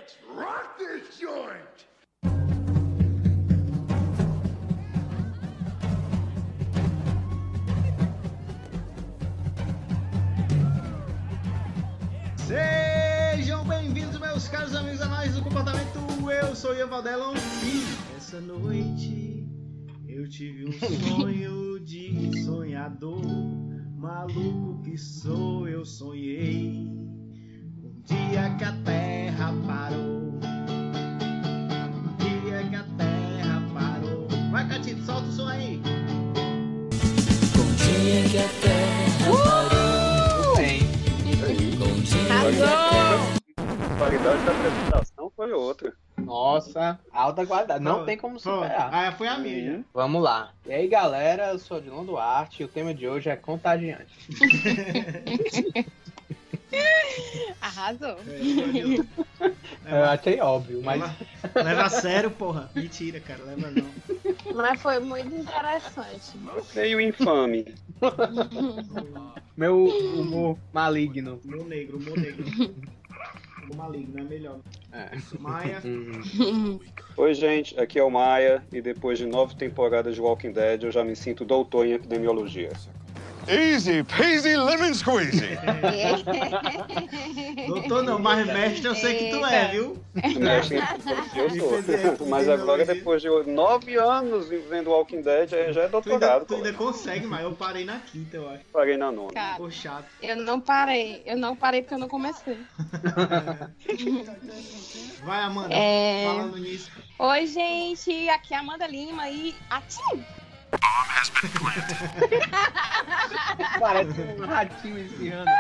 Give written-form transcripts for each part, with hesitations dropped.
Rock this joint! Sejam bem-vindos, meus caros amigos análise do comportamento. Eu sou Ian Valdelon e essa noite eu tive um sonho de sonhador. Maluco que sou, eu sonhei um dia que a terra parou. Um dia que a terra parou. Vai, Catito, solta o som aí. Um dia que a terra parou. Bem. A qualidade da apresentação foi outra. Nossa, alta qualidade. Não tem como superar. Ah, foi a minha. Vamos lá. E aí, galera, eu sou Odilon Duarte e o tema de hoje é contagiante. Arrasou. Eu achei óbvio, mas... Leva a sério, porra. Mentira, cara. Leva não. Mas foi muito interessante. Meio infame. Meu humor maligno. Humor negro. Humor maligno, é melhor. É. Maia. Oi, gente, aqui é o Maia e depois de 9 temporadas de Walking Dead eu já me sinto doutor em epidemiologia. Easy peasy lemon squeezy! Doutor não, mas mestre eu sei que tu é, viu? Mestre em epidemiologia eu sou. Mas agora, depois de 9 anos vendo Walking Dead, já é doutorado. Tu ainda consegue, mas eu parei na quinta, eu acho. Parei na 9. Cara, Ficou chato. eu não parei porque eu não comecei. Vai, Amanda, falando nisso. Oi, gente, aqui é a Amanda Lima e atim! Parece um ratinho espirrando.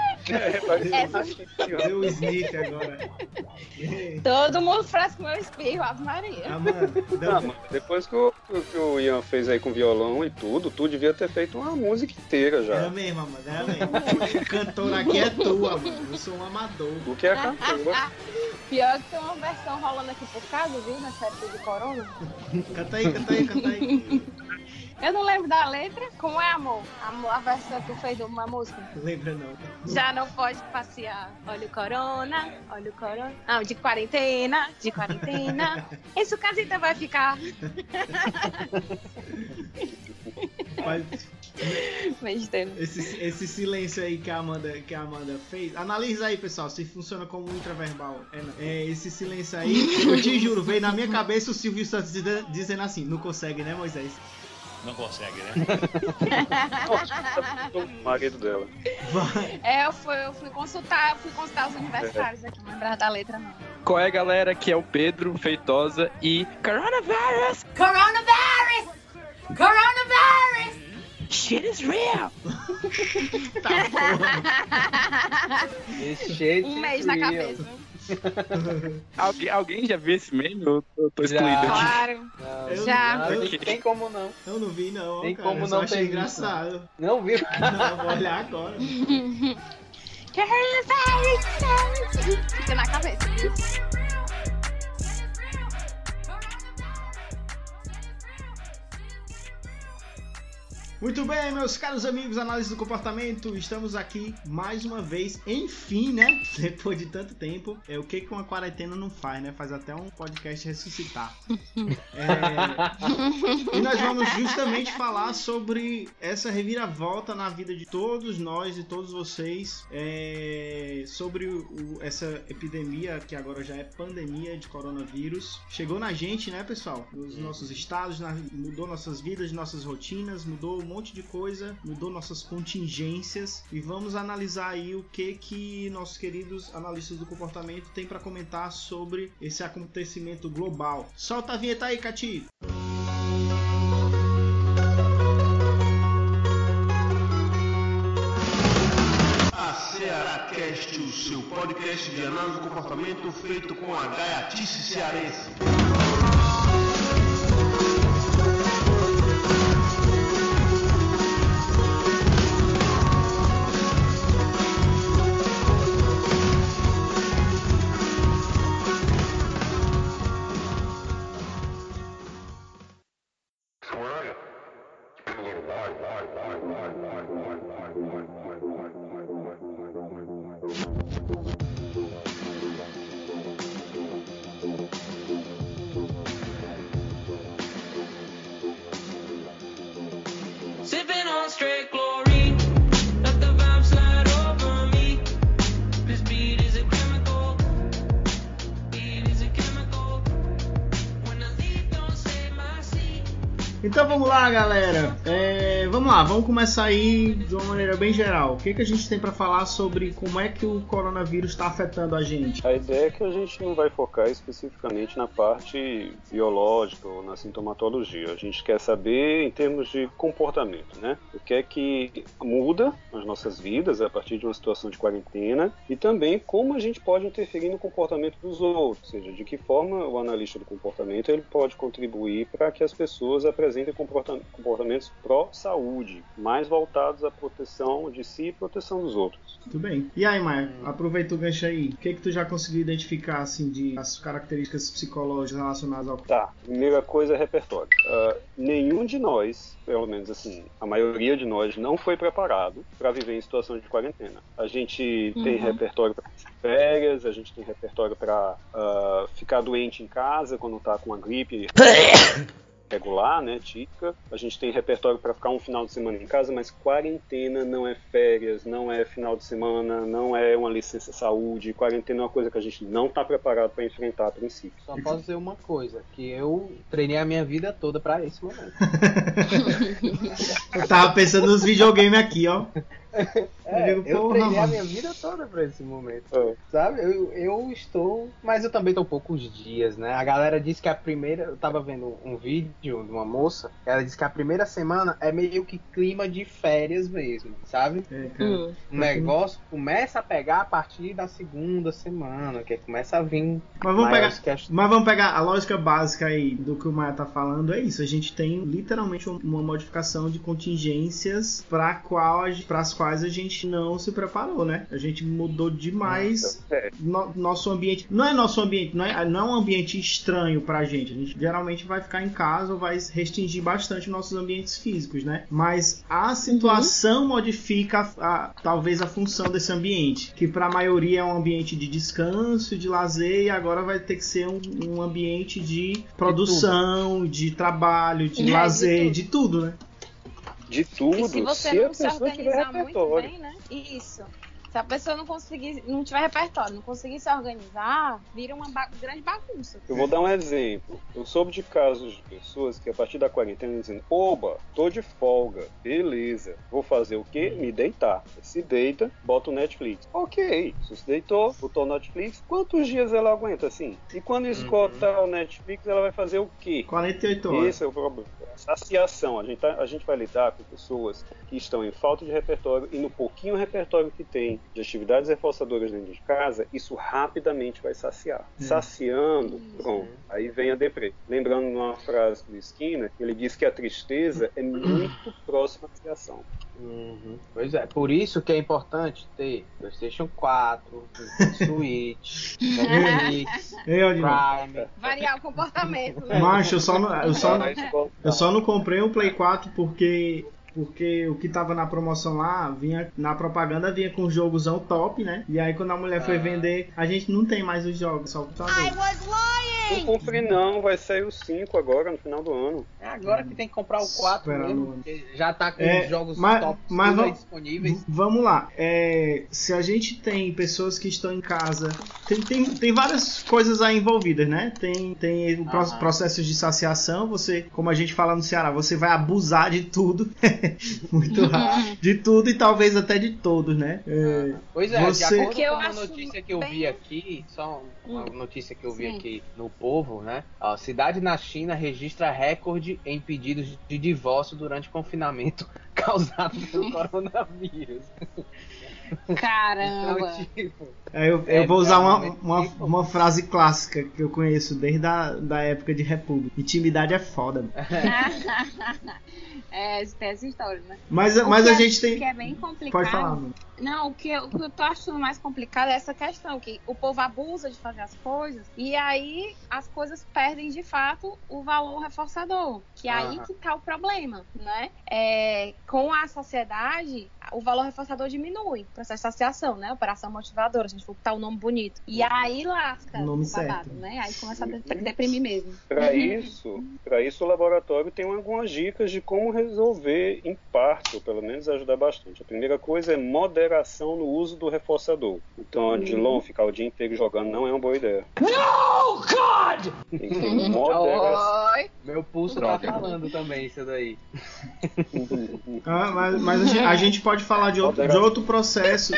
Deu o sniff agora. Todo mundo faz com o meu espirro, Ave Maria. Amanda, Não, depois que o Ian fez aí com violão e tudo, tu devia ter feito uma música inteira já. era mesmo, Amanda, era mesmo. O cantor aqui é tua, mano. Eu sou um amador. O que é cantor? Pior que tem uma versão rolando aqui por casa, viu? Nessa época de corona. Canta aí. Eu não lembro da letra. Como é, amor? A versão que tu fez de uma música. Lembra não. Já não pode passear. Olha o corona. Não, de quarentena. Esse casita vai ficar. Mas esse silêncio aí que a Amanda fez, analisa aí, pessoal, se funciona como um intraverbal. Esse silêncio aí, eu te juro, veio na minha cabeça o Silvio Santos dizendo assim: não consegue, né, Moisés? Não consegue, né? O marido dela. Eu fui consultar os universitários aqui, não lembrava da letra, não. Qual é, galera? Aqui é o Pedro Feitosa e... Coronavirus! Shit is real! Tá, porra. Esse jeito. Um mês na cabeça. Alguém já viu esse meme? Eu tô excluído aqui. Claro. Eu Já. não- Não tem como não. Eu não vi, não. Tem Cara, como eu só não achei ter engraçado. Não viu? Não, vou olhar agora. Fica na cabeça. Muito bem, meus caros amigos, análise do comportamento, estamos aqui mais uma vez, enfim, né? Depois de tanto tempo, o que uma quarentena não faz, né? Faz até um podcast ressuscitar. E nós vamos justamente falar sobre essa reviravolta na vida de todos nós e todos vocês, sobre essa epidemia, que agora já é pandemia de coronavírus. Chegou na gente, né, pessoal? Nos nossos estados, mudou nossas vidas, nossas rotinas, mudou um monte de coisa, mudou nossas contingências e vamos analisar aí o que nossos queridos analistas do comportamento têm para comentar sobre esse acontecimento global. Solta a vinheta aí, Cati! A Ceará Cast, o seu podcast de análise do comportamento feito com a gaiatice cearense. Então vamos lá, galera. Vamos começar aí de uma maneira bem geral. O que a gente tem para falar sobre como é que o coronavírus está afetando a gente? A ideia é que a gente não vai focar especificamente na parte biológica ou na sintomatologia. A gente quer saber em termos de comportamento, né? O que é que muda nas nossas vidas a partir de uma situação de quarentena e também como a gente pode interferir no comportamento dos outros, ou seja, de que forma o analista do comportamento ele pode contribuir para que as pessoas apresentem comportamentos pró-saúde, mais voltados à proteção de si e proteção dos outros. Muito bem. E aí, Maia, aproveita o gancho aí. O que tu já conseguiu identificar, assim, de as características psicológicas relacionadas ao... Tá, primeira coisa é repertório. Nenhum de nós, pelo menos assim, a maioria de nós não foi preparado para viver em situação de quarentena. A gente tem repertório para férias, a gente tem repertório para ficar doente em casa quando tá com a gripe regular, né, típica. A gente tem repertório para ficar um final de semana em casa, mas quarentena não é férias, não é final de semana, não é uma licença saúde. Quarentena é uma coisa que a gente não está preparado para enfrentar a princípio. Só posso dizer uma coisa, que eu treinei a minha vida toda para esse momento. Eu tava pensando nos videogames aqui, ó. Eu treinei a minha vida toda pra esse momento, sabe? Eu estou, mas eu também tô poucos dias, né? A galera disse que a primeira, eu tava vendo um vídeo de uma moça, ela disse que a primeira semana é meio que clima de férias mesmo, sabe? O negócio começa a pegar a partir da segunda semana, que começa a vir. Mas vamos pegar a lógica básica aí do que o Maia tá falando, é isso. A gente tem literalmente uma modificação de contingências para as quais a gente não se preparou, né? A gente mudou demais nosso ambiente. Não é nosso ambiente, não é um ambiente estranho pra gente. A gente geralmente vai ficar em casa ou vai restringir bastante nossos ambientes físicos, né? Mas a situação modifica talvez a função desse ambiente, que pra maioria é um ambiente de descanso, de lazer, e agora vai ter que ser um ambiente de produção, de trabalho, de lazer, de tudo, né? De tudo. E se você não se organizar muito bem, né? Isso. Se a pessoa não tiver repertório, não conseguir se organizar, vira uma grande bagunça. Eu vou dar um exemplo. Eu soube de casos de pessoas que a partir da quarentena dizem: oba, tô de folga, beleza, vou fazer o quê? Me deitar. Se deita, bota o Netflix. Ok, se deitou, botou o Netflix, quantos dias ela aguenta assim? E quando esgotar o Netflix, ela vai fazer o quê? 48 horas. Esse é o problema. Saciação. A gente vai lidar com pessoas que estão em falta de repertório e no pouquinho repertório que tem de atividades reforçadoras dentro de casa, isso rapidamente vai saciar. Saciando, pronto, aí vem a deprê. Lembrando uma frase do Skinner, ele diz que a tristeza é muito próxima à saciação. Pois é, por isso que é importante ter PlayStation 4, Switch, Netflix, Prime. Variar o comportamento, né? Macho, eu só não comprei um Play 4 porque o que tava na promoção lá, na propaganda vinha com um jogozão top, né? E aí quando a mulher foi vender, a gente não tem mais os jogos, só o computador. Não comprei não, vai sair o 5 agora, no final do ano. É agora que tem que comprar o 4 mesmo, porque já tá com os jogos top aí disponíveis. Vamos lá, se a gente tem pessoas que estão em casa, tem várias coisas aí envolvidas, né? Tem processos de saciação, você, como a gente fala no Ceará, você vai abusar de tudo. Muito rápido. De tudo e talvez até de todos, né? Pois é, de acordo com uma notícia que eu vi aqui, só uma notícia que eu vi aqui no Povo, né? A cidade na China registra recorde em pedidos de divórcio durante o confinamento causado pelo coronavírus. Caramba! Então, tipo, eu vou usar uma frase clássica que eu conheço desde da época de República. Intimidade é foda. Tem essa história, né? Mas a gente tem... que é bem complicado. Pode falar, mano. Não, o que eu tô achando mais complicado é essa questão, que o povo abusa de fazer as coisas e aí as coisas perdem de fato o valor reforçador, que é aí que tá o problema, né? Com a sociedade, o valor reforçador diminui, processo de saciação, né? Operação motivadora, a gente for botar o nome bonito. E aí lasca o babado, certo, né? Aí começa a deprimir mesmo. Para isso o laboratório tem algumas dicas de como resolver em parte, ou pelo menos ajudar bastante. A primeira coisa é moderação no uso do reforçador. Então, de longe, ficar o dia inteiro jogando não é uma boa ideia. No! God! Oi. Meu pulso tá falando também isso daí. Mas a gente pode falar de outro processo.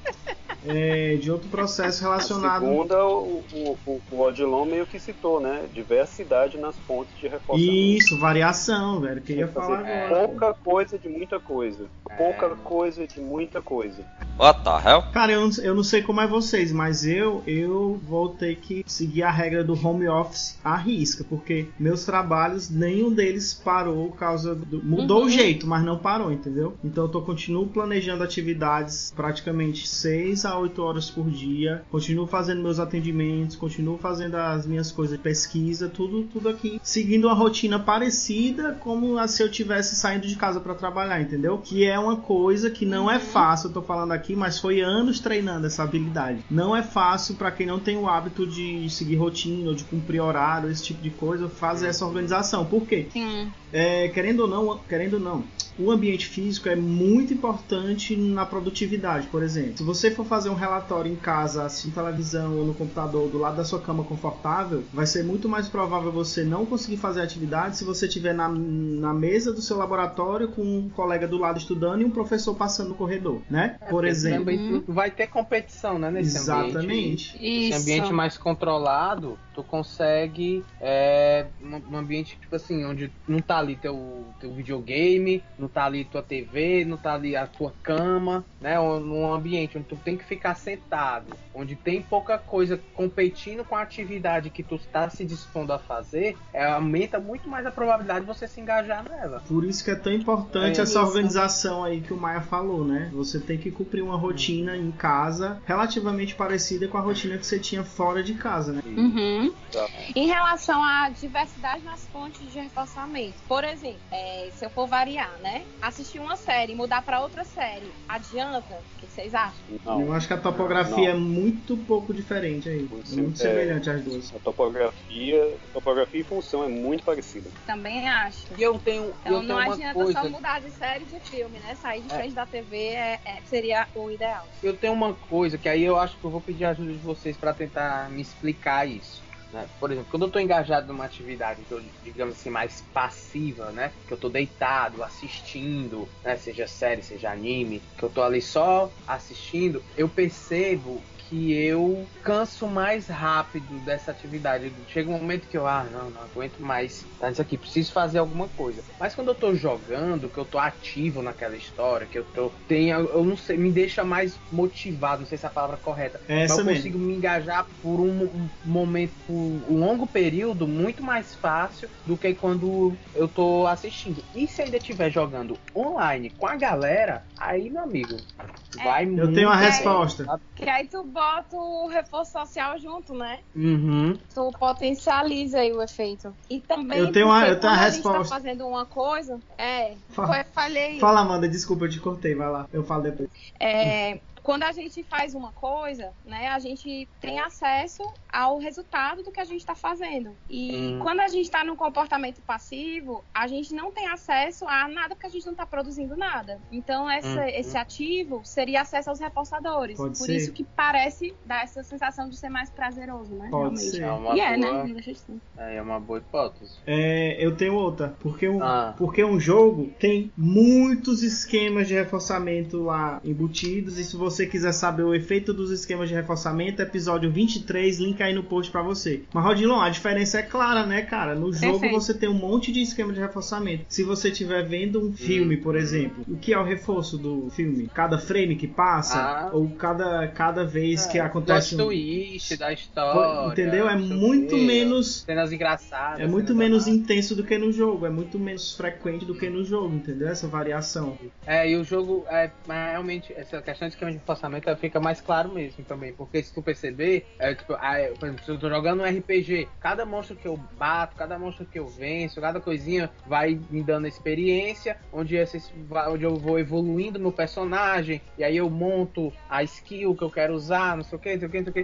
De outro processo relacionado. A segunda, o Odilon meio que citou, né? Diversidade nas fontes de reforçamento. Isso, variação, velho. Queria falar agora. Pouca coisa de muita coisa. Pouca coisa de muita coisa. What the hell? Cara, eu não sei como é vocês, mas eu vou ter que seguir a regra do home office à risca, porque meus trabalhos, nenhum deles parou por causa do... Mudou o jeito, mas não parou, entendeu? Então eu continuo planejando atividades praticamente 6 a 8 horas por dia, continuo fazendo meus atendimentos, continuo fazendo as minhas coisas de pesquisa, tudo aqui, seguindo uma rotina parecida como se eu tivesse saindo de casa para trabalhar, entendeu? Que é uma coisa que não é fácil, eu tô falando aqui, mas foi anos treinando essa habilidade. Não é fácil para quem não tem o hábito de seguir rotina ou de cumprir horário, esse tipo de coisa, fazer essa organização. Por quê? Sim. Querendo ou não, o ambiente físico é muito importante na produtividade. Por exemplo, se você for fazer um relatório em casa, assistindo televisão ou no computador, do lado da sua cama confortável, vai ser muito mais provável você não conseguir fazer atividade se você estiver na mesa do seu laboratório com um colega do lado estudando e um professor passando no corredor, né? Por exemplo. Também vai ter competição, né, nesse ambiente. Exatamente. Esse ambiente mais controlado, tu consegue um ambiente, tipo assim, onde não tá ali teu videogame, não tá ali tua TV, não tá ali a tua cama, né? Num ambiente onde tu tem que ficar sentado, onde tem pouca coisa competindo com a atividade que tu está se dispondo a fazer, aumenta muito mais a probabilidade de você se engajar nela. Por isso que é tão importante essa organização aí que o Maia falou, né? Você tem que cumprir uma rotina em casa relativamente parecida com a rotina que você tinha fora de casa, né? Uhum. Em relação à diversidade nas fontes de reforçamento, por exemplo, se eu for variar, né? Assistir uma série e mudar para outra série, adianta? O que vocês acham? Não. Eu acho que a topografia é muito pouco diferente aí. É muito semelhante às duas. A topografia e função é muito parecida. Também acho. E eu tenho não uma adianta coisa... só mudar de série de filme, né? Sair de frente da TV seria o ideal. Eu tenho uma coisa que aí eu acho que eu vou pedir a ajuda de vocês para tentar me explicar isso. Né? Por exemplo, quando eu tô engajado numa atividade, digamos assim, mais passiva, né? Que eu tô deitado, assistindo, né? Seja série, seja anime, que eu tô ali só assistindo, eu percebo que eu canso mais rápido dessa atividade. Chega um momento que eu, não aguento mais, tá isso aqui, preciso fazer alguma coisa. Mas quando eu tô jogando, que eu tô ativo naquela história, que eu não sei, me deixa mais motivado, não sei se é a palavra correta, mas eu consigo me engajar por um momento, por um longo período, muito mais fácil do que quando eu tô assistindo. E se ainda estiver jogando online com a galera, aí, meu amigo, vai muito... Eu tenho uma resposta. Que aí tu bota o reforço social junto, né? Uhum. Tu potencializa aí o efeito. E também, eu tenho uma resposta. A resposta. gente tá fazendo uma coisa... falhei. Fala, Amanda, desculpa, eu te cortei, vai lá. Eu falo depois. Quando a gente faz uma coisa, né, a gente tem acesso ao resultado do que a gente está fazendo. E quando a gente está num comportamento passivo, a gente não tem acesso a nada porque a gente não está produzindo nada. Então, esse ativo seria acesso aos reforçadores. Pode Por ser. isso que parece dar essa sensação de ser mais prazeroso, né? Pode realmente. ser. Né? Não deixa de ser. É uma boa hipótese. Eu tenho outra. Porque um jogo tem muitos esquemas de reforçamento lá embutidos. E se você quiser saber o efeito dos esquemas de reforçamento, episódio 23, link aí no post pra você. Mas, Rodilon, a diferença é clara, né, cara? No jogo você tem um monte de esquema de reforçamento. Se você estiver vendo um filme, por exemplo, o que é o reforço do filme? Cada frame que passa? Ou cada vez que acontece twist da história. Entendeu? É muito menos... Cenas engraçadas. É muito menos intenso do que no jogo. É muito menos frequente do que no jogo, entendeu? Essa variação. E o jogo, realmente, essa questão de esquema de reforçamento fica mais claro mesmo também, porque se tu perceber, por exemplo, se eu tô jogando um RPG, cada monstro que eu bato, cada monstro que eu venço, cada coisinha vai me dando experiência, onde eu vou evoluindo meu personagem, e aí eu monto a skill que eu quero usar, não sei o que,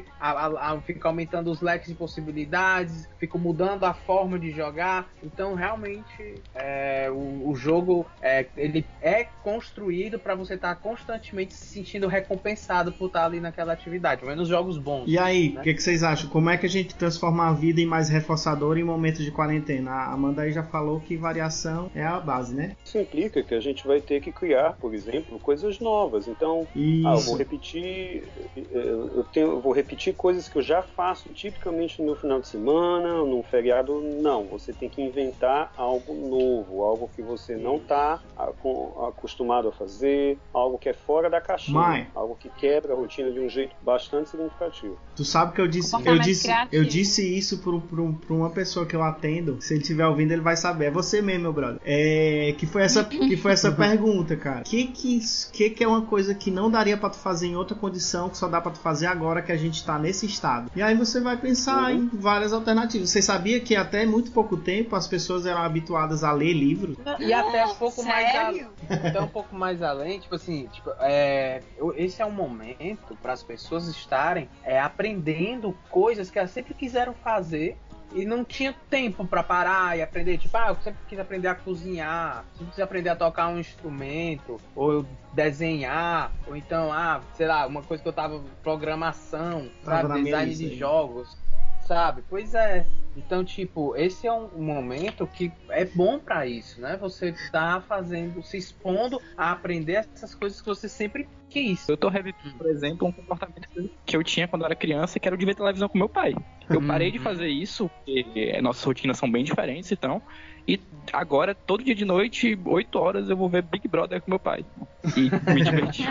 fico aumentando os leques de possibilidades, fico mudando a forma de jogar. Então realmente o jogo ele é construído para você estar constantemente se sentindo recompensado recompensado por estar ali naquela atividade, pelo menos jogos bons. E aí, o né? que vocês acham? Como é que a gente transforma a vida em mais reforçadora em momentos de quarentena? A Amanda aí já falou que variação é a base, né? Isso implica que a gente vai ter que criar, por exemplo, coisas novas. Então, eu vou repetir, eu vou repetir coisas que eu já faço tipicamente no meu final de semana, num feriado. Não, você tem que inventar algo novo, algo que você não está acostumado a fazer, algo que é fora da caixinha, algo que quebra a rotina de um jeito bastante significativo. Tu sabe que eu disse isso pra uma pessoa que eu atendo. Se ele estiver ouvindo, ele vai saber. É você mesmo, meu brother. Que foi essa pergunta, cara. Que é uma coisa que não daria pra tu fazer em outra condição, que só dá pra tu fazer agora que a gente tá nesse estado? E aí você vai pensar em várias alternativas. Você sabia que até muito pouco tempo as pessoas eram habituadas a ler livros? E até um pouco mais além, tipo assim, esse é um momento para as pessoas estarem aprendendo coisas que elas sempre quiseram fazer e não tinha tempo pra parar e aprender. Tipo, eu sempre quis aprender a cozinhar, sempre quis aprender a tocar um instrumento, ou desenhar, ou então, sei lá, uma coisa que eu tava, programação, sabe, design de jogos, sabe? Pois é. Então, tipo, esse é um momento que é bom pra isso, né? Você tá se expondo a aprender essas coisas que você sempre quis. Eu tô revivendo, por exemplo, um comportamento que eu tinha quando eu era criança, que era o de ver televisão com meu pai. Eu parei de fazer isso, porque nossas rotinas são bem diferentes, então. E agora, todo dia de noite, 8 horas, eu vou ver Big Brother com meu pai. E me divertir.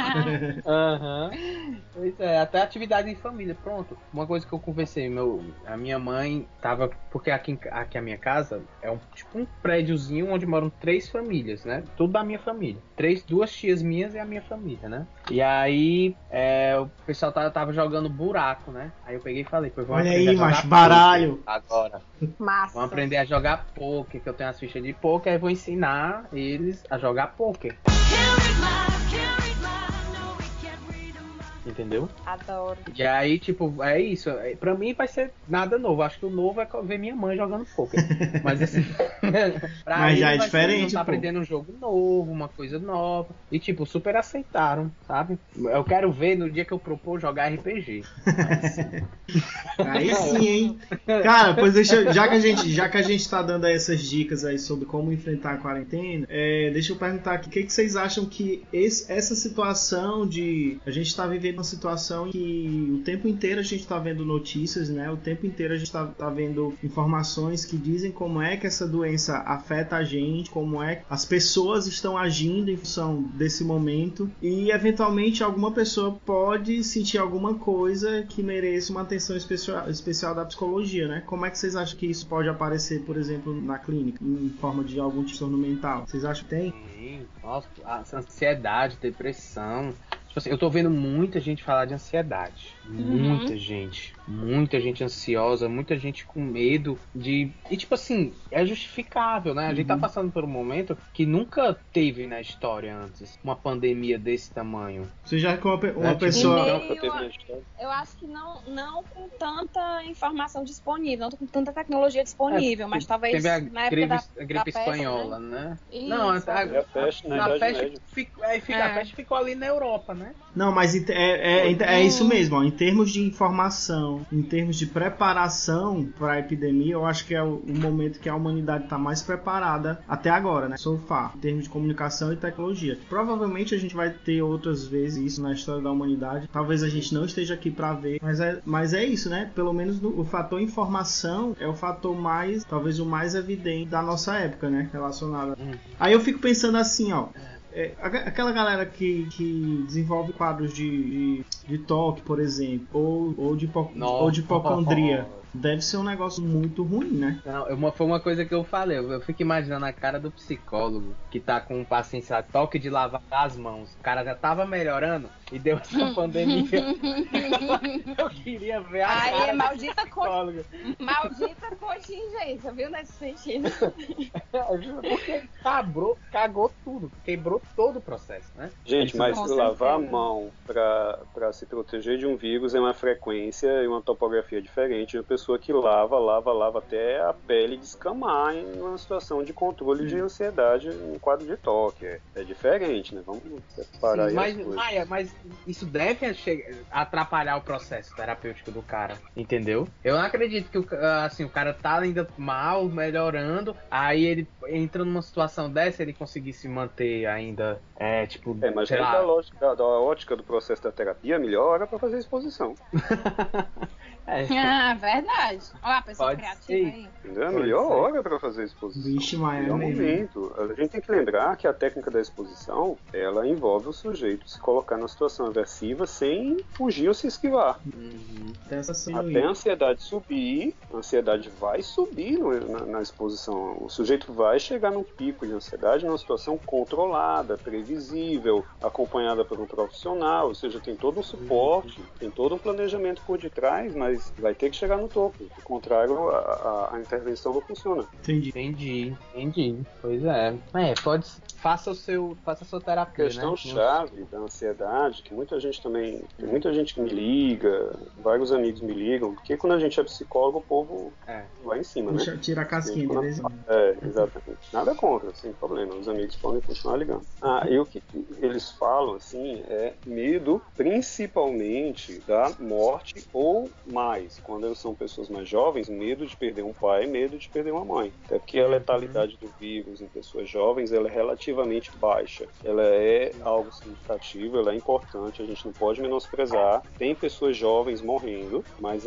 Pois é, até atividade em família. Pronto. Uma coisa que eu conversei, a minha mãe tava... Porque aqui a minha casa é um prédiozinho onde moram 3 famílias, né? Tudo da minha família. 2 tias minhas e a minha família, né? E aí, o pessoal tava jogando buraco, né? Aí eu peguei e falei, vamos olha aí, macho, baralho. Agora. Massa. Vamos aprender a jogar poker, que eu tenho as fichas de poker, aí vou ensinar eles a jogar poker. Entendeu? Adoro. E aí, tipo, é isso. Pra mim vai ser nada novo. Acho que o novo é ver minha mãe jogando poker. Mas assim, mas já é diferente. Tá aprendendo um jogo novo, uma coisa nova. E tipo, super aceitaram, sabe? Eu quero ver no dia que eu propor jogar RPG. Aí sim, hein? Cara, pois já que a gente tá dando aí essas dicas aí sobre como enfrentar a quarentena, deixa eu perguntar aqui, o que vocês acham que essa situação de a gente tá vivendo uma situação em que o tempo inteiro a gente tá vendo notícias, né? O tempo inteiro a gente tá vendo informações que dizem como é que essa doença afeta a gente, como é que as pessoas estão agindo em função desse momento e eventualmente alguma pessoa pode sentir alguma coisa que mereça uma atenção especial da psicologia, né? Como é que vocês acham que isso pode aparecer, por exemplo, na clínica, em forma de algum transtorno mental? Vocês acham que tem? Sim, nossa, ansiedade, depressão. Tipo assim, eu tô vendo muita gente falar de ansiedade. Muita gente ansiosa, muita gente com medo de... E tipo assim, é justificável, né? A gente tá passando por um momento que nunca teve na história antes uma pandemia desse tamanho. Você já com uma pessoa... Eu acho que não com tanta informação disponível, não com tanta tecnologia disponível, mas talvez teve na época da gripe peste, espanhola, né? Isso. Não, a peste na Idade Média. A peste ficou ali na Europa, né? Não, mas é isso mesmo, ó. Em termos de informação, em termos de preparação para a epidemia, eu acho que é o momento que a humanidade está mais preparada até agora, né? So far, em termos de comunicação e tecnologia. Provavelmente a gente vai ter outras vezes isso na história da humanidade. Talvez a gente não esteja aqui para ver, mas é isso, né? Pelo menos o fator informação é o fator mais, talvez o mais evidente da nossa época, né? Relacionado. Aí eu fico pensando assim, ó. Aquela galera que desenvolve quadros de toque, por exemplo, ou de hipocondria. Deve ser um negócio muito ruim, né? Não, foi uma coisa que eu falei. Eu fico imaginando a cara do psicólogo que tá com um paciente, sabe, toque de lavar as mãos. O cara já tava melhorando e deu essa pandemia. Eu queria ver a cara do maldita psicólogo. Maldita contingência, viu, nesse sentido? Porque cagou tudo, quebrou todo o processo, né? Gente, mas lavar a mão pra se proteger de um vírus é uma frequência e uma topografia diferente. A pessoa pessoa que lava até a pele descamar em uma situação de controle de ansiedade em quadro de toque. É diferente, né? Vamos separar aí as coisas. Maia, mas isso deve atrapalhar o processo terapêutico do cara, entendeu? Eu não acredito que o cara tá ainda mal, melhorando, aí ele entra numa situação dessa, ele conseguir se manter ainda, mas dentro da lógica, da ótica do processo da terapia, a melhor hora pra fazer exposição. Verdade. Olha a pessoa criativa aí. É a melhor hora para fazer exposição. Vixe, Maia, é o momento. A gente tem que lembrar que a técnica da exposição, ela envolve o sujeito se colocar numa situação aversiva sem fugir ou se esquivar. Até a ansiedade subir, a ansiedade vai subir na exposição. O sujeito vai chegar num pico de ansiedade numa situação controlada, previsível, acompanhada por um profissional, ou seja, tem todo um suporte, tem todo um planejamento por detrás, mas vai ter que chegar no topo. Do contrário, a intervenção não funciona. Entendi. Pois é. Faça a sua terapia, A questão chave da ansiedade, que muita gente também... Tem muita gente que me liga, vários amigos me ligam, porque quando a gente é psicólogo, o povo vai em cima, né? Tira a casquinha de vez em quando. Exatamente. Nada contra, sem problema. Os amigos podem continuar ligando. E o que eles falam, assim, é medo, principalmente, da morte ou mais. Quando são pessoas mais jovens, medo de perder um pai, medo de perder uma mãe. Até porque a letalidade do vírus em pessoas jovens, ela é relativamente baixa. Ela é algo significativo, ela é importante, a gente não pode menosprezar. Tem pessoas jovens morrendo, mas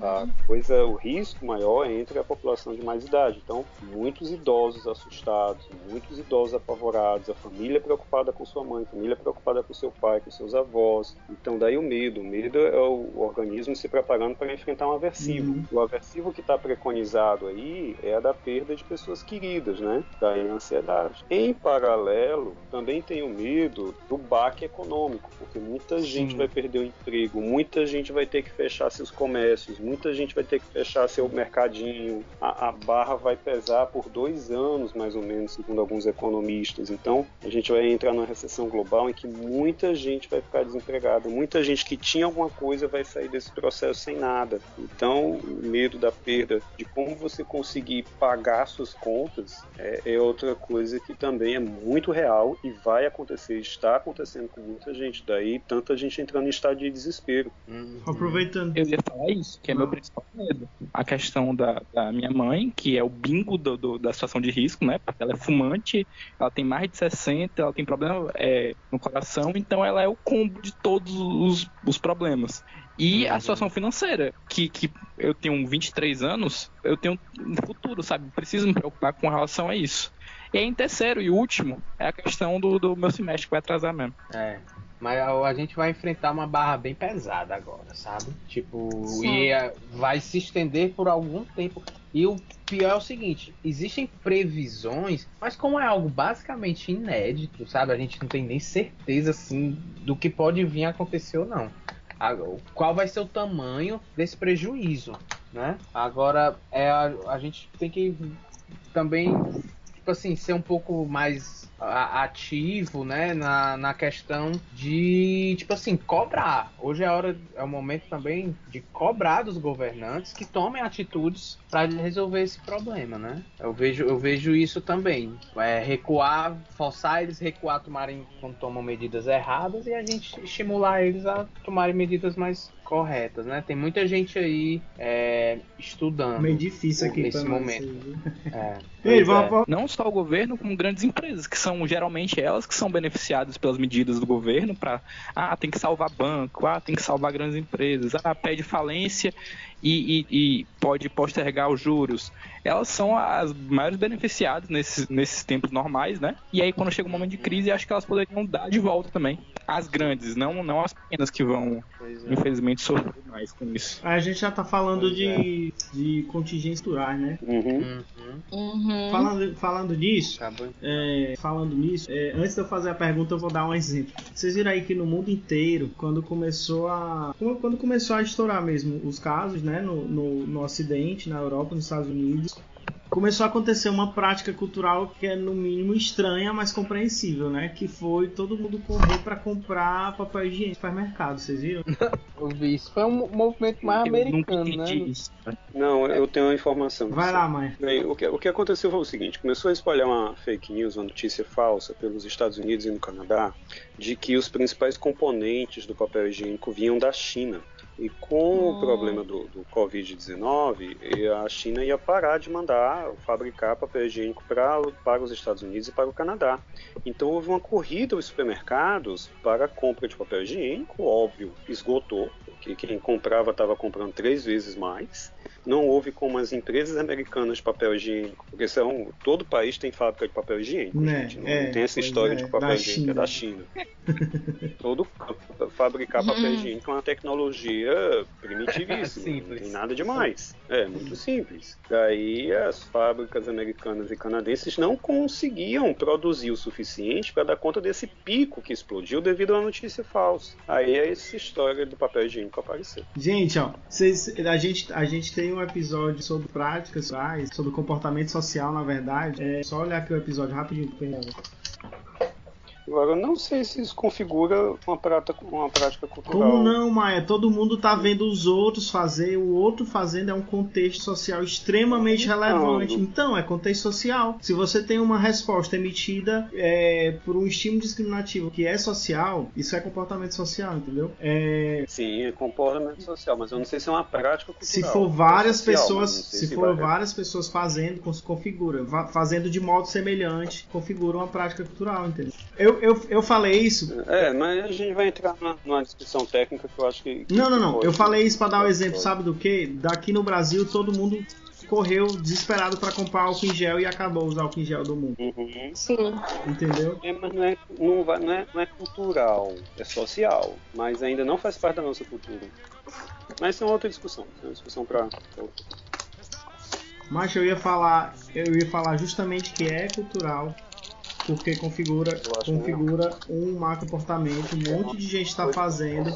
o risco maior é entre a população de mais idade. Então, muitos idosos assustados, muitos idosos apavorados, a família preocupada com sua mãe, a família preocupada com seu pai, com seus avós. Então, daí o medo. O medo é o organismo se preparando para enfrentar um aversivo. O aversivo que está preconizado aí é a da perda de pessoas queridas, né? Daí a ansiedade. Em paralelo, também tem o medo do baque econômico, porque muita gente vai perder o emprego, muita gente vai ter que fechar seus comércios, muita gente vai ter que fechar seu mercadinho, a barra vai pesar por 2 anos, mais ou menos, segundo alguns economistas. Então, a gente vai entrar numa recessão global em que muita gente vai ficar desempregada, muita gente que tinha alguma coisa vai sair desse processo sem nada. Então, o medo da perda, de como você conseguir pagar suas contas, é outra coisa que também é muito real e vai acontecer, está acontecendo com muita gente. Daí, tanta gente entrando em estado de desespero. Aproveitando. Eu ia falar isso, que é meu principal medo. A questão da minha mãe, que é o bingo da situação de risco, né? Porque ela é fumante, ela tem mais de 60, ela tem problema no coração, então ela é o combo de todos os problemas. E a situação financeira, que eu tenho 23 anos, eu tenho um futuro, sabe? Preciso me preocupar com relação a isso. E aí, em terceiro e último, é a questão do meu semestre, que vai atrasar mesmo. Mas a gente vai enfrentar uma barra bem pesada agora, sabe? E vai se estender por algum tempo. E o pior é o seguinte, existem previsões, mas como é algo basicamente inédito, sabe? A gente não tem nem certeza, assim, do que pode vir a acontecer ou não. Qual vai ser o tamanho desse prejuízo, né? Agora, a gente tem que também, ser um pouco mais ativo, né, na questão de, cobrar. Hoje é o momento também de cobrar dos governantes que tomem atitudes para resolver esse problema, né? Eu vejo isso também. Recuar, forçar eles a recuar, quando tomam medidas erradas, e a gente estimular eles a tomarem medidas mais corretas, né? Tem muita gente aí estudando. Meio difícil aqui nesse momento. Não só o governo, como grandes empresas, que são geralmente elas que são beneficiadas pelas medidas do governo para tem que salvar banco, tem que salvar grandes empresas, pede falência e pode postergar os juros. Elas são as maiores beneficiadas nesses tempos normais, né? E aí, quando chega um momento de crise, acho que elas poderiam dar de volta também. As grandes, não as pequenas que vão, infelizmente, sofrer mais com isso. A gente já tá falando de contingências culturais, né? Falando nisso, antes de eu fazer a pergunta, eu vou dar um exemplo. Vocês viram aí que no mundo inteiro, quando começou a estourar mesmo os casos, né, no Ocidente, na Europa, nos Estados Unidos, começou a acontecer uma prática cultural que é no mínimo estranha, mas compreensível, né? Que foi todo mundo correr pra comprar papel higiênico no supermercado, vocês viram? Eu vi isso. Foi um movimento mais americano, né? Não, eu tenho uma informação. Vai lá, mãe. Bem, o que aconteceu foi o seguinte: começou a espalhar uma fake news, uma notícia falsa pelos Estados Unidos e no Canadá, de que os principais componentes do papel higiênico vinham da China. E com o problema do Covid-19, a China ia parar de mandar fabricar papel higiênico para os Estados Unidos e para o Canadá. Então houve uma corrida aos supermercados para a compra de papel higiênico, óbvio, esgotou, porque quem comprava estava comprando 3 vezes mais. Não houve como as empresas americanas de papel higiênico, porque todo país tem fábrica de papel higiênico, gente. Não tem essa história de que o papel higiênico é da China. Fabricar papel higiênico é uma tecnologia primitivíssima, não tem nada demais. É muito simples. Daí as fábricas americanas e canadenses não conseguiam produzir o suficiente para dar conta desse pico que explodiu devido a uma notícia falsa. Aí essa história do papel higiênico apareceu. Gente, ó, a gente tem um episódio sobre práticas sociais, sobre comportamento social, na verdade. É só olhar aqui o episódio rapidinho. Agora, eu não sei se isso configura uma prática cultural. Como não, Maia? Todo mundo tá vendo os outros fazer, o outro fazendo é um contexto social extremamente relevante. Então, é contexto social. Se você tem uma resposta emitida por um estímulo discriminativo que é social, isso é comportamento social, entendeu? Sim, é comportamento social, mas eu não sei se é uma prática cultural. Se for várias várias pessoas fazendo, configura. Fazendo de modo semelhante, configura uma prática cultural, entendeu? Eu falei isso. Mas a gente vai entrar numa discussão técnica que eu acho que. Não. Eu falei isso pra dar um exemplo, sabe do quê? Daqui no Brasil todo mundo correu desesperado pra comprar álcool em gel e acabou os álcool em gel do mundo. Uhum. Sim. Entendeu? Mas não é cultural, é social. Mas ainda não faz parte da nossa cultura. Mas isso é uma outra discussão. É uma discussão pra outra. Mas eu ia falar justamente que é cultural. Porque configura um mau comportamento, um monte de gente está fazendo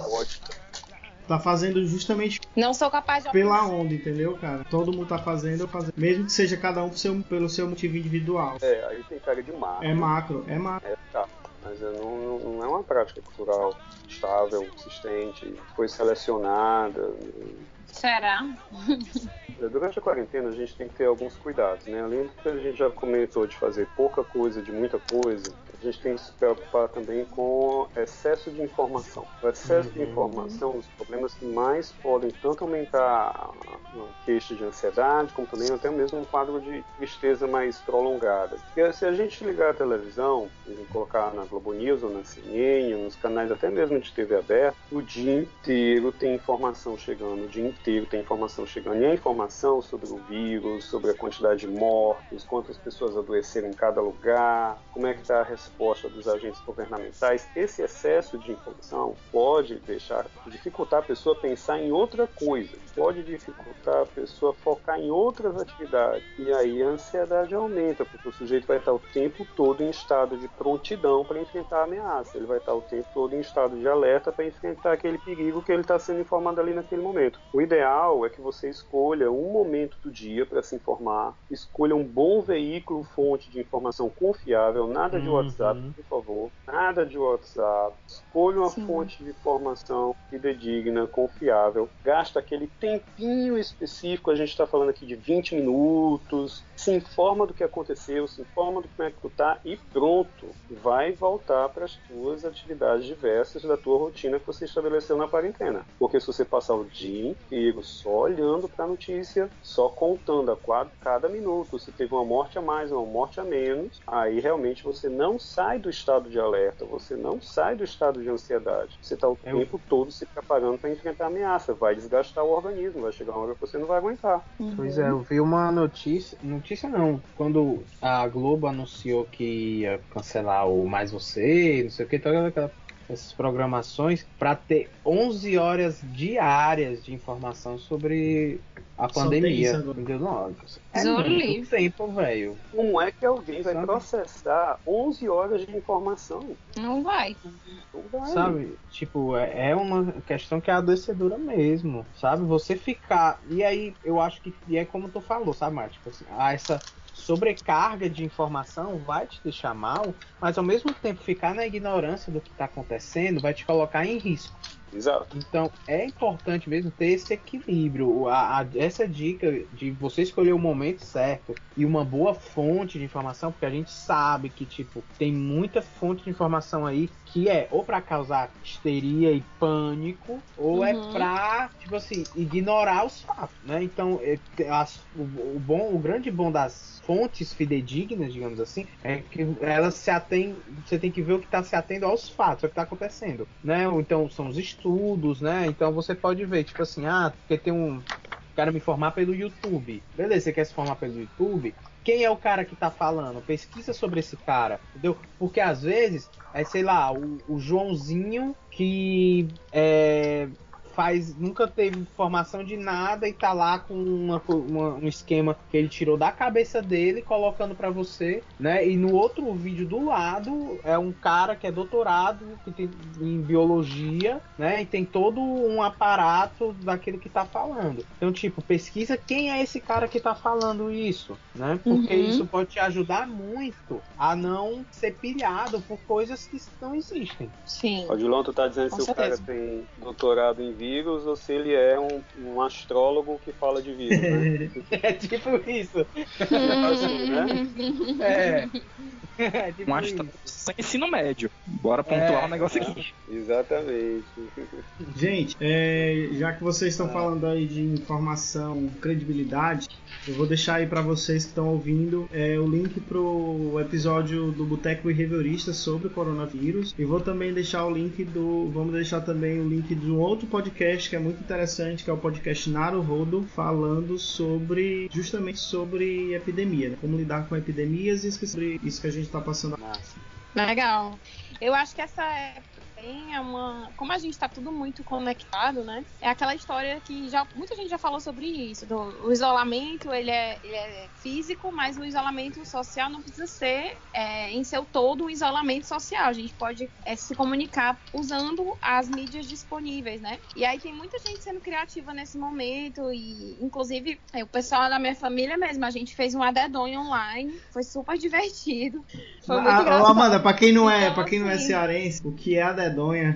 justamente não sou capaz de pela onda, entendeu, cara? Todo mundo tá fazendo, mesmo que seja cada um pelo seu motivo individual. Aí tem cara de macro. É macro. Tá. Mas não é uma prática cultural estável, consistente, foi selecionada. Será? Durante a quarentena a gente tem que ter alguns cuidados, né? Além do que a gente já comentou de fazer pouca coisa, de muita coisa, a gente tem que se preocupar também com excesso de informação. O excesso de informação, os problemas que mais podem tanto aumentar a queixa de ansiedade, como também até mesmo um quadro de tristeza mais prolongada. Porque se a gente ligar a televisão, e colocar na Globo News ou na CNN, nos canais até mesmo de TV aberta, o dia inteiro tem informação chegando, E a informação sobre o vírus, sobre a quantidade de mortos, quantas pessoas adoeceram em cada lugar, como é que está a resposta dos agentes governamentais, esse excesso de informação pode dificultar a pessoa pensar em outra coisa, pode dificultar a pessoa focar em outras atividades. E aí a ansiedade aumenta, porque o sujeito vai estar o tempo todo em estado de prontidão para enfrentar a ameaça. Ele vai estar o tempo todo em estado de alerta para enfrentar aquele perigo que ele está sendo informado ali naquele momento. O ideal é que você escolha um momento do dia para se informar, escolha um bom veículo, fonte de informação confiável, nada de WhatsApp, por favor, nada de WhatsApp. Escolha uma fonte de informação fidedigna, confiável, gasta aquele tempinho específico, a gente está falando aqui de 20 minutos, se informa do que aconteceu, se informa do como é que tu tá e pronto, vai voltar para as tuas atividades diversas da tua rotina que você estabeleceu na quarentena. Porque se você passar o dia inteiro só olhando para a notícia, só contando a cada minuto, se teve uma morte a mais, uma morte a menos, aí realmente você não sai do estado de alerta, você não sai do estado de ansiedade. Você está o tempo todo se preparando para enfrentar a ameaça, vai desgastar o organismo, vai chegar uma hora que você não vai aguentar. Pois é, eu vi uma notícia não, quando a Globo anunciou que ia cancelar o Mais Você, não sei o que, toda aquela essas programações para ter 11 horas diárias de informação sobre a pandemia. Entendeu? Nossa, é muito tempo, velho. Como é que alguém vai processar 11 horas de informação? Não vai. Sabe? Tipo, é uma questão que é adoecedora mesmo, sabe? Você ficar... E aí, eu acho que... E é como tu falou, sabe, Marta? Tipo assim, essa sobrecarga de informação vai te deixar mal, mas ao mesmo tempo ficar na ignorância do que está acontecendo vai te colocar em risco. Exato. Então é importante mesmo ter esse equilíbrio. Essa dica de você escolher o momento certo e uma boa fonte de informação, porque a gente sabe que tipo tem muita fonte de informação aí que é ou para causar histeria e pânico, ou é para tipo assim ignorar os fatos, né? Então o grande bom das fontes fidedignas, digamos assim, é que elas se atêm, você tem que ver o que está se atendo aos fatos, o que está acontecendo, né? Ou então são os estudos, né? Então você pode ver, tipo assim, porque tem quero me formar pelo YouTube. Beleza, você quer se formar pelo YouTube? Quem é o cara que tá falando? Pesquisa sobre esse cara, entendeu? Porque às vezes, sei lá, o Joãozinho que nunca teve formação de nada e tá lá com um esquema que ele tirou da cabeça dele, colocando pra você, né? E no outro vídeo do lado é um cara que é doutorado em biologia, né? E tem todo um aparato daquilo que tá falando. Então, tipo, pesquisa quem é esse cara que tá falando isso, né? Porque isso pode te ajudar muito a não ser pilhado por coisas que não existem. Sim. O Dilon, tu tá dizendo se o cara tem doutorado em vírus ou se ele é um astrólogo que fala de vírus, né? É tipo isso. Assim, né? Tipo sem ensino médio. Bora pontuar um negócio aqui. Exatamente. Gente, já que vocês estão falando aí de informação, credibilidade, eu vou deixar aí pra vocês que estão ouvindo o link pro episódio do Boteco Behaviorista sobre o coronavírus. E vou também deixar vamos deixar também o link de um outro podcast que é muito interessante, que é o podcast Naruhodo, falando justamente sobre epidemia, né? Como lidar com epidemias e sobre isso que a gente tá passando. Legal. Eu acho que essa como a gente está tudo muito conectado, né? É aquela história que muita gente já falou sobre isso. O isolamento, ele é físico, mas o isolamento social não precisa ser em seu todo um isolamento social. A gente pode se comunicar usando as mídias disponíveis, né? E aí tem muita gente sendo criativa nesse momento e, inclusive, o pessoal da minha família mesmo, a gente fez um adedonho online, foi super divertido. Foi muito engraçado. Amanda, pra quem não é cearense, o que é adedonha?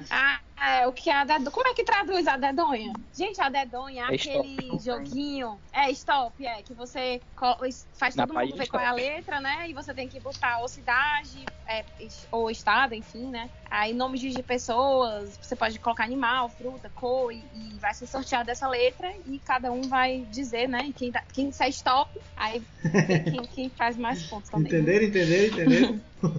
O que é a dedonha? Como é que traduz a dedonha? Gente, a dedonha é aquele joguinho. Stop, que você faz todo mundo ver qual é a letra, né? E você tem que botar ou cidade, ou estado, enfim, né? Aí nomes de pessoas, você pode colocar animal, fruta, cor, e vai ser sorteado dessa letra, e cada um vai dizer, né? E quem disser stop, aí quem faz mais pontos também. Entenderam? Entenderam?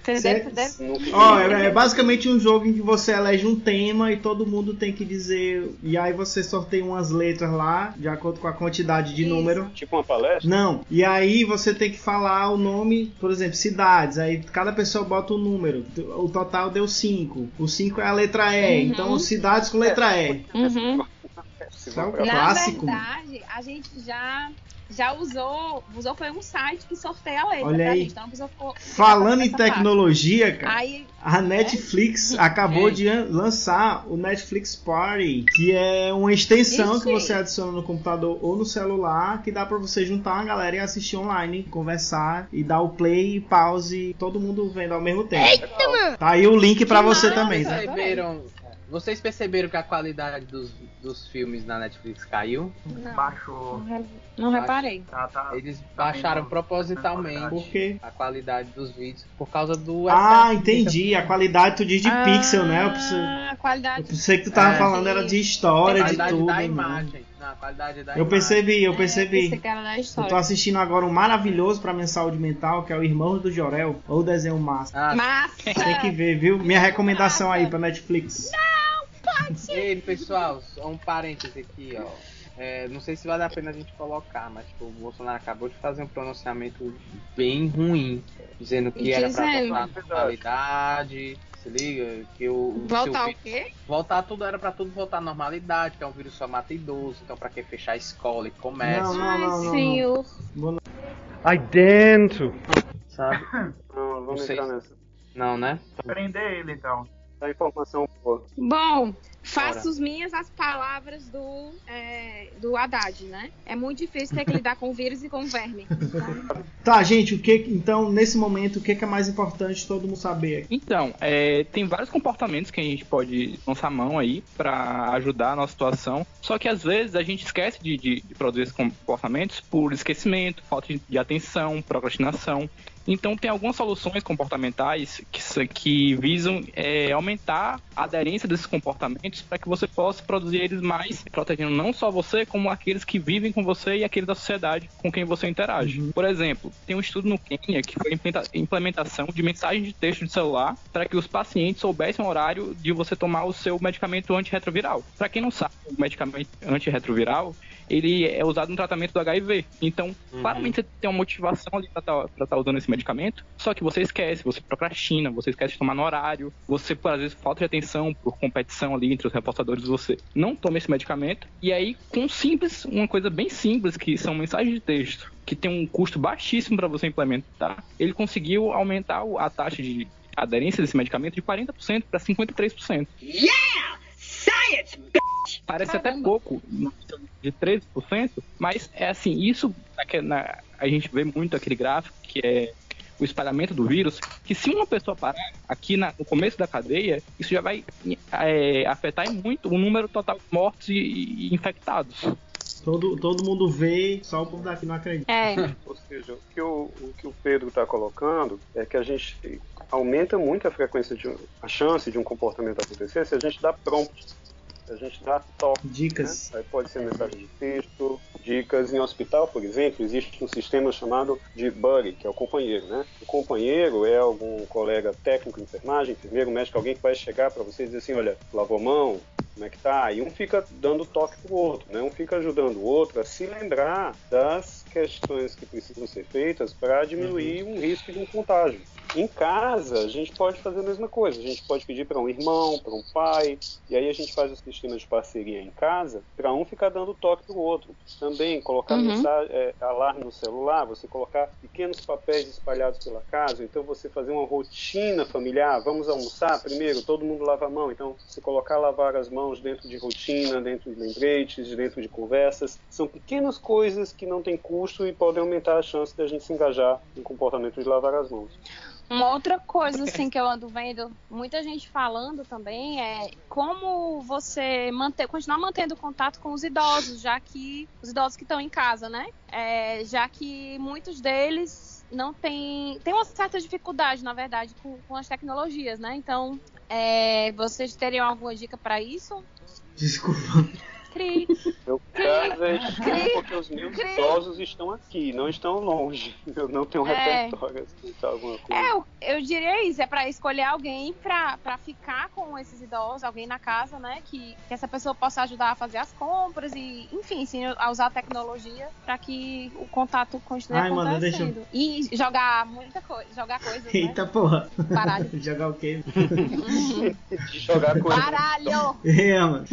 É basicamente um jogo em que você elege um tema e todo mundo tem que dizer, e aí você sorteia umas letras lá de acordo com a quantidade de número. Tipo uma palestra? Não, e aí você tem que falar o nome, por exemplo, cidades, aí cada pessoa bota um número, o total deu 5, o 5 é a letra E, então cidades com letra E. É um clássico. Na verdade, a gente já usou foi um site que sorteia a letra. Olha aí. Gente, então falando em tecnologia, cara, a Netflix acabou de lançar o Netflix Party, que é uma extensão que você adiciona no computador ou no celular, que dá pra você juntar uma galera e assistir online, conversar e dar o play e pause, todo mundo vendo ao mesmo tempo. Eita, mano! Tá aí o link pra você também, tá? Vocês perceberam que a qualidade dos filmes na Netflix caiu? Baixou. Não reparei. Eles baixaram propositalmente Por quê? a qualidade dos vídeos por causa do... entendi. A qualidade tu diz de pixel, né? A qualidade... Eu pensei que tu tava falando era de história, de tudo. Da imagem. Não, a qualidade da eu percebi. Eu tô assistindo agora um maravilhoso pra minha saúde mental, que é o Irmãos do Jorel, ou o desenho massa. Massa! Tem que ver, viu? Minha recomendação aí pra Netflix. Não, pode! Ei, pessoal, só um parêntese aqui, ó. não sei se vale a pena a gente colocar, mas tipo, o Bolsonaro acabou de fazer um pronunciamento bem ruim, dizendo que era pra voltar à normalidade, se liga, que voltar o quê? Voltar tudo, era pra tudo voltar à normalidade, que é um vírus só mata idoso, então pra que fechar escola e comércio? Não. Ai, dentro! Sabe? Não, vamos entrar nessa. Não, né? Prender ele, então. A informação boa. Bom, faço minhas as palavras do Haddad, né? É muito difícil ter que lidar com vírus e com verme. Tá, gente, então, nesse momento, o que é mais importante todo mundo saber? Então, tem vários comportamentos que a gente pode lançar mão aí pra ajudar a nossa situação, só que às vezes a gente esquece de produzir esses comportamentos por esquecimento, falta de atenção, procrastinação. Então tem algumas soluções comportamentais que visam aumentar a aderência desses comportamentos para que você possa produzir eles mais, protegendo não só você, como aqueles que vivem com você e aqueles da sociedade com quem você interage. Por exemplo, tem um estudo no Quênia que foi a implementação de mensagem de texto de celular para que os pacientes soubessem o horário de você tomar o seu medicamento antirretroviral. Para quem não sabe, o medicamento antirretroviral ele é usado no tratamento do HIV. Então, claramente você tem uma motivação ali pra estar usando esse medicamento, só que você esquece, você procrastina, você esquece de tomar no horário, você, por às vezes, falta de atenção por competição ali entre os reforçadores, você não toma esse medicamento, e aí, com uma coisa bem simples, que são mensagens de texto, que tem um custo baixíssimo para você implementar, ele conseguiu aumentar a taxa de aderência desse medicamento de 40% para 53%. Yeah! Science! Parece até pouco, de 13%, mas é assim, isso a gente vê muito aquele gráfico que é o espalhamento do vírus, que se uma pessoa parar aqui no começo da cadeia, isso já vai afetar muito o número total de mortos e infectados. Todo mundo vê, só o povo daqui não acredita. Ou seja, o que o Pedro está colocando é que a gente aumenta muito a chance de um comportamento acontecer se a gente dá prompt. A gente dá toque. Dicas. Né? Aí pode ser mensagem de texto, dicas. Em hospital, por exemplo, existe um sistema chamado de buddy, que é o companheiro, né? O companheiro é algum colega técnico de enfermagem, enfermeiro, médico, alguém que vai chegar para você e dizer assim, olha, lavou a mão, como é que tá? E um fica dando toque pro outro, né? Um fica ajudando o outro a se lembrar das questões que precisam ser feitas para diminuir um risco de um contágio. Em casa, a gente pode fazer a mesma coisa. A gente pode pedir para um irmão, para um pai, e aí a gente faz o sistema de parceria em casa para um ficar dando toque para o outro. Também colocar alarme no celular, você colocar pequenos papéis espalhados pela casa, então você fazer uma rotina familiar. Vamos almoçar primeiro, todo mundo lava a mão. Então, você colocar lavar as mãos dentro de rotina, dentro de lembretes, dentro de conversas. São pequenas coisas que não têm custo e podem aumentar a chance da gente se engajar no comportamento de lavar as mãos. Uma outra coisa assim que eu ando vendo muita gente falando também é como você continuar mantendo contato com os idosos, já que os idosos que estão em casa, né? Já que muitos deles não tem uma certa dificuldade, na verdade, com as tecnologias, né? Então, vocês teriam alguma dica para isso? Desculpa. Meu caso é estranho porque os meus idosos estão aqui, não estão longe. Eu não tenho repertório assim, alguma coisa. Eu diria isso, é para escolher alguém para ficar com esses idosos, alguém na casa, né, que essa pessoa possa ajudar a fazer as compras e, enfim, sim, a usar a tecnologia para que o contato continue acontecendo. E jogar muita coisa, jogar coisas, Eita, né? Porra. Baralho. Jogar o quê? Jogar coisa. Baralho! Mano.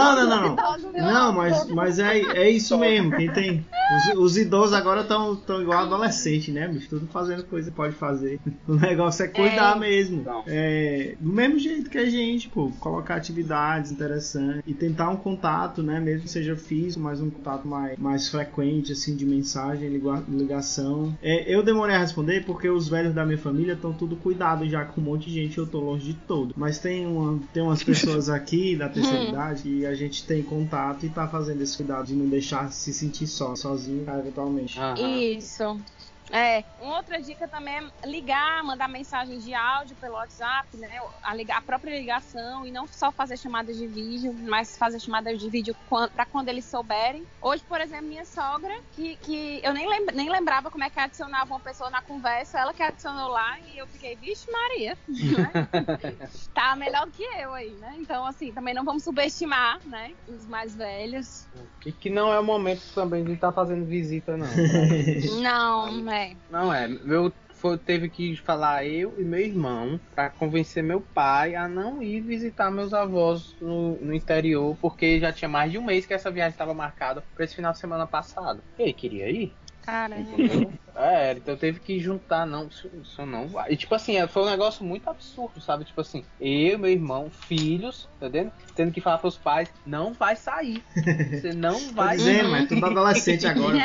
Não, mas é isso mesmo. Quem tem. Os idosos agora estão igual adolescente, né, bicho? Tudo fazendo coisa que pode fazer. O negócio é cuidar mesmo. Do mesmo jeito que a gente, pô, colocar atividades interessantes e tentar um contato, né, mesmo que seja físico, mas um contato mais frequente, assim, de mensagem, ligação. Eu demorei a responder porque os velhos da minha família estão tudo cuidados já com um monte de gente, eu tô longe de todo. Mas tem umas pessoas aqui da terceira idade e a gente tem contato e tá fazendo esse cuidado de não deixar se sentir sozinho, eventualmente. Isso. Uma outra dica também é ligar, mandar mensagens de áudio pelo WhatsApp, né? A própria ligação, e não só fazer chamadas de vídeo, mas fazer chamadas de vídeo para quando eles souberem. Hoje, por exemplo, minha sogra, que eu nem lembrava como é que adicionava uma pessoa na conversa, ela que adicionou lá, e eu fiquei, vixe Maria, né? Tá melhor do que eu aí, né? Então, assim, também não vamos subestimar, né, os mais velhos. E que não é o momento também de estar fazendo visita, não. Não, Não é. Teve que falar eu e meu irmão para convencer meu pai a não ir visitar meus avós no interior, porque já tinha mais de um mês que essa viagem estava marcada para esse final de semana passado. E ele queria ir. Caramba. Então teve que juntar, isso não vai. E tipo assim, foi um negócio muito absurdo, sabe? Tipo assim, eu, meu irmão, filhos, tá entendendo? Tendo que falar pros pais, não vai sair. Você não vai sair. Mas tudo adolescente agora.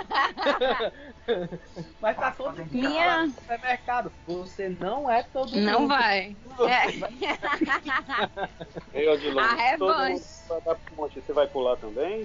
Mas tá todo mundo no supermercado. Você não é todo mundo. Não vai. Eu de longe. A revanche. Vai dar ponte. Você vai pular também?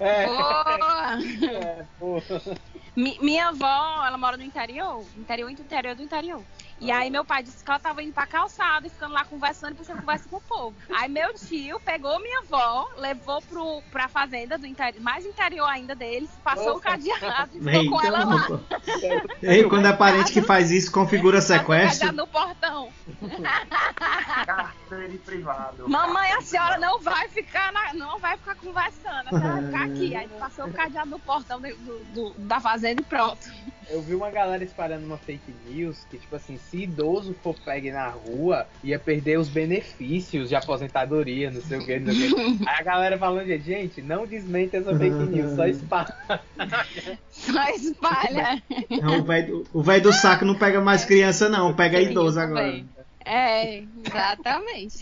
Boa! Minha avó, ela mora no interior do interior. E aí meu pai disse que ela tava indo pra calçada e ficando lá conversando e puxando conversa com o povo. Aí meu tio pegou minha avó, levou pra fazenda do interior, mais interior ainda deles, passou o cadeado e ficou com ela lá. Ei, quando é parente que faz isso, configura sequestro. No portão. Carteira privado. Mamãe, a senhora não vai ficar conversando, a senhora vai ficar aqui. Aí passou o cadeado no portão da fazenda e pronto. Eu vi uma galera espalhando uma fake news que, tipo assim, se idoso for pegue na rua, ia perder os benefícios de aposentadoria, não sei o que, não sei o que. Aí a galera falando, gente, não desmente essa fake news, só espalha. Só espalha. O velho do saco não pega mais criança, não, pega idoso agora. Exatamente.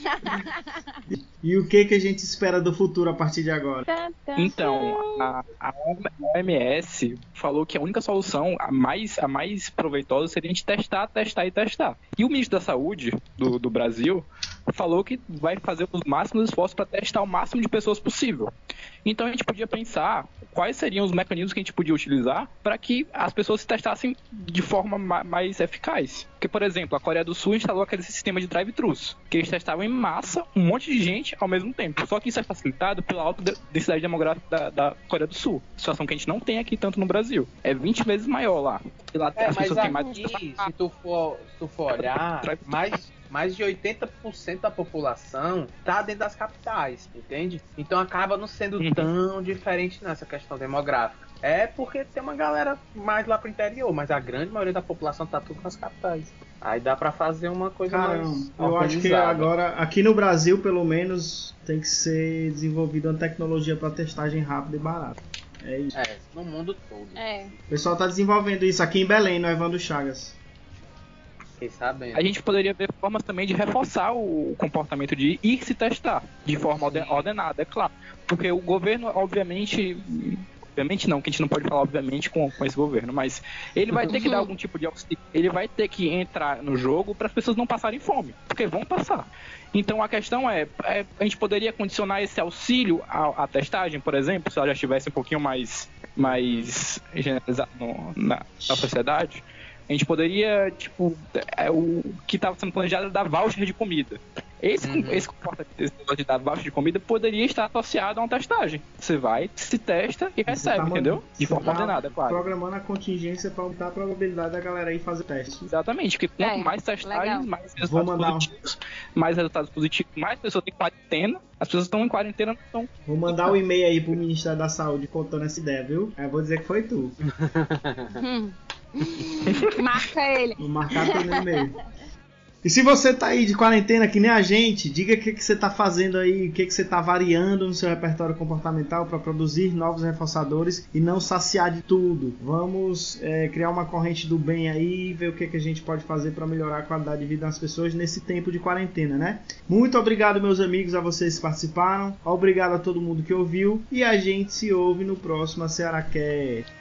E o que a gente espera do futuro a partir de agora? Então, a OMS falou que a única solução, a mais proveitosa, seria a gente testar. E o ministro da Saúde do Brasil falou que vai fazer os máximos esforços para testar o máximo de pessoas possível. Então a gente podia pensar quais seriam os mecanismos que a gente podia utilizar para que as pessoas se testassem de forma mais eficaz. Porque, por exemplo, a Coreia do Sul instalou aquele sistema de drive-thrus, que eles testavam em massa um monte de gente ao mesmo tempo. Só que isso é facilitado pela alta densidade demográfica da Coreia do Sul. Situação que a gente não tem aqui tanto no Brasil. É 20 vezes maior lá. E lá as pessoas têm mais... Se tu for olhar, mais de 80% da população tá dentro das capitais, entende? Então acaba não sendo tão diferente nessa questão demográfica. É porque tem uma galera mais lá pro interior, mas a grande maioria da população tá tudo nas capitais. Aí dá pra fazer uma coisa mais eu acho que agora, aqui no Brasil, pelo menos, tem que ser desenvolvida uma tecnologia pra testagem rápida e barata. É isso. No mundo todo. O pessoal tá desenvolvendo isso aqui em Belém, no Evandro Chagas. A gente poderia ver formas também de reforçar o comportamento de ir se testar de forma ordenada, é claro. Porque o governo, obviamente não, que a gente não pode falar obviamente com esse governo, mas ele vai ter que dar algum tipo de auxílio, ele vai ter que entrar no jogo para as pessoas não passarem fome, porque vão passar. Então a questão é a gente poderia condicionar esse auxílio à testagem, por exemplo, se ela já estivesse um pouquinho mais generalizada na sociedade. A gente poderia, o que estava sendo planejado era dar voucher de comida. Esse negócio de dar voucher de comida poderia estar associado a uma testagem. Você vai, se testa e recebe, entendeu? De forma ordenada, claro. Programando a contingência para aumentar a probabilidade da galera ir fazer teste. Exatamente, porque quanto mais testagens, mais resultados positivos, mais pessoas têm quarentena. As pessoas estão em quarentena, não estão. Vou mandar um e-mail aí pro Ministério da Saúde contando essa ideia, viu? Aí eu vou dizer que foi tu. Marca ele. Vou marcar tu no e-mail. E se você tá aí de quarentena que nem a gente, diga o que você tá fazendo aí, o que você tá variando no seu repertório comportamental para produzir novos reforçadores e não saciar de tudo. Vamos criar uma corrente do bem aí e ver o que a gente pode fazer para melhorar a qualidade de vida das pessoas nesse tempo de quarentena, né? Muito obrigado, meus amigos, a vocês que participaram. Obrigado a todo mundo que ouviu e a gente se ouve no próximo Cearacast.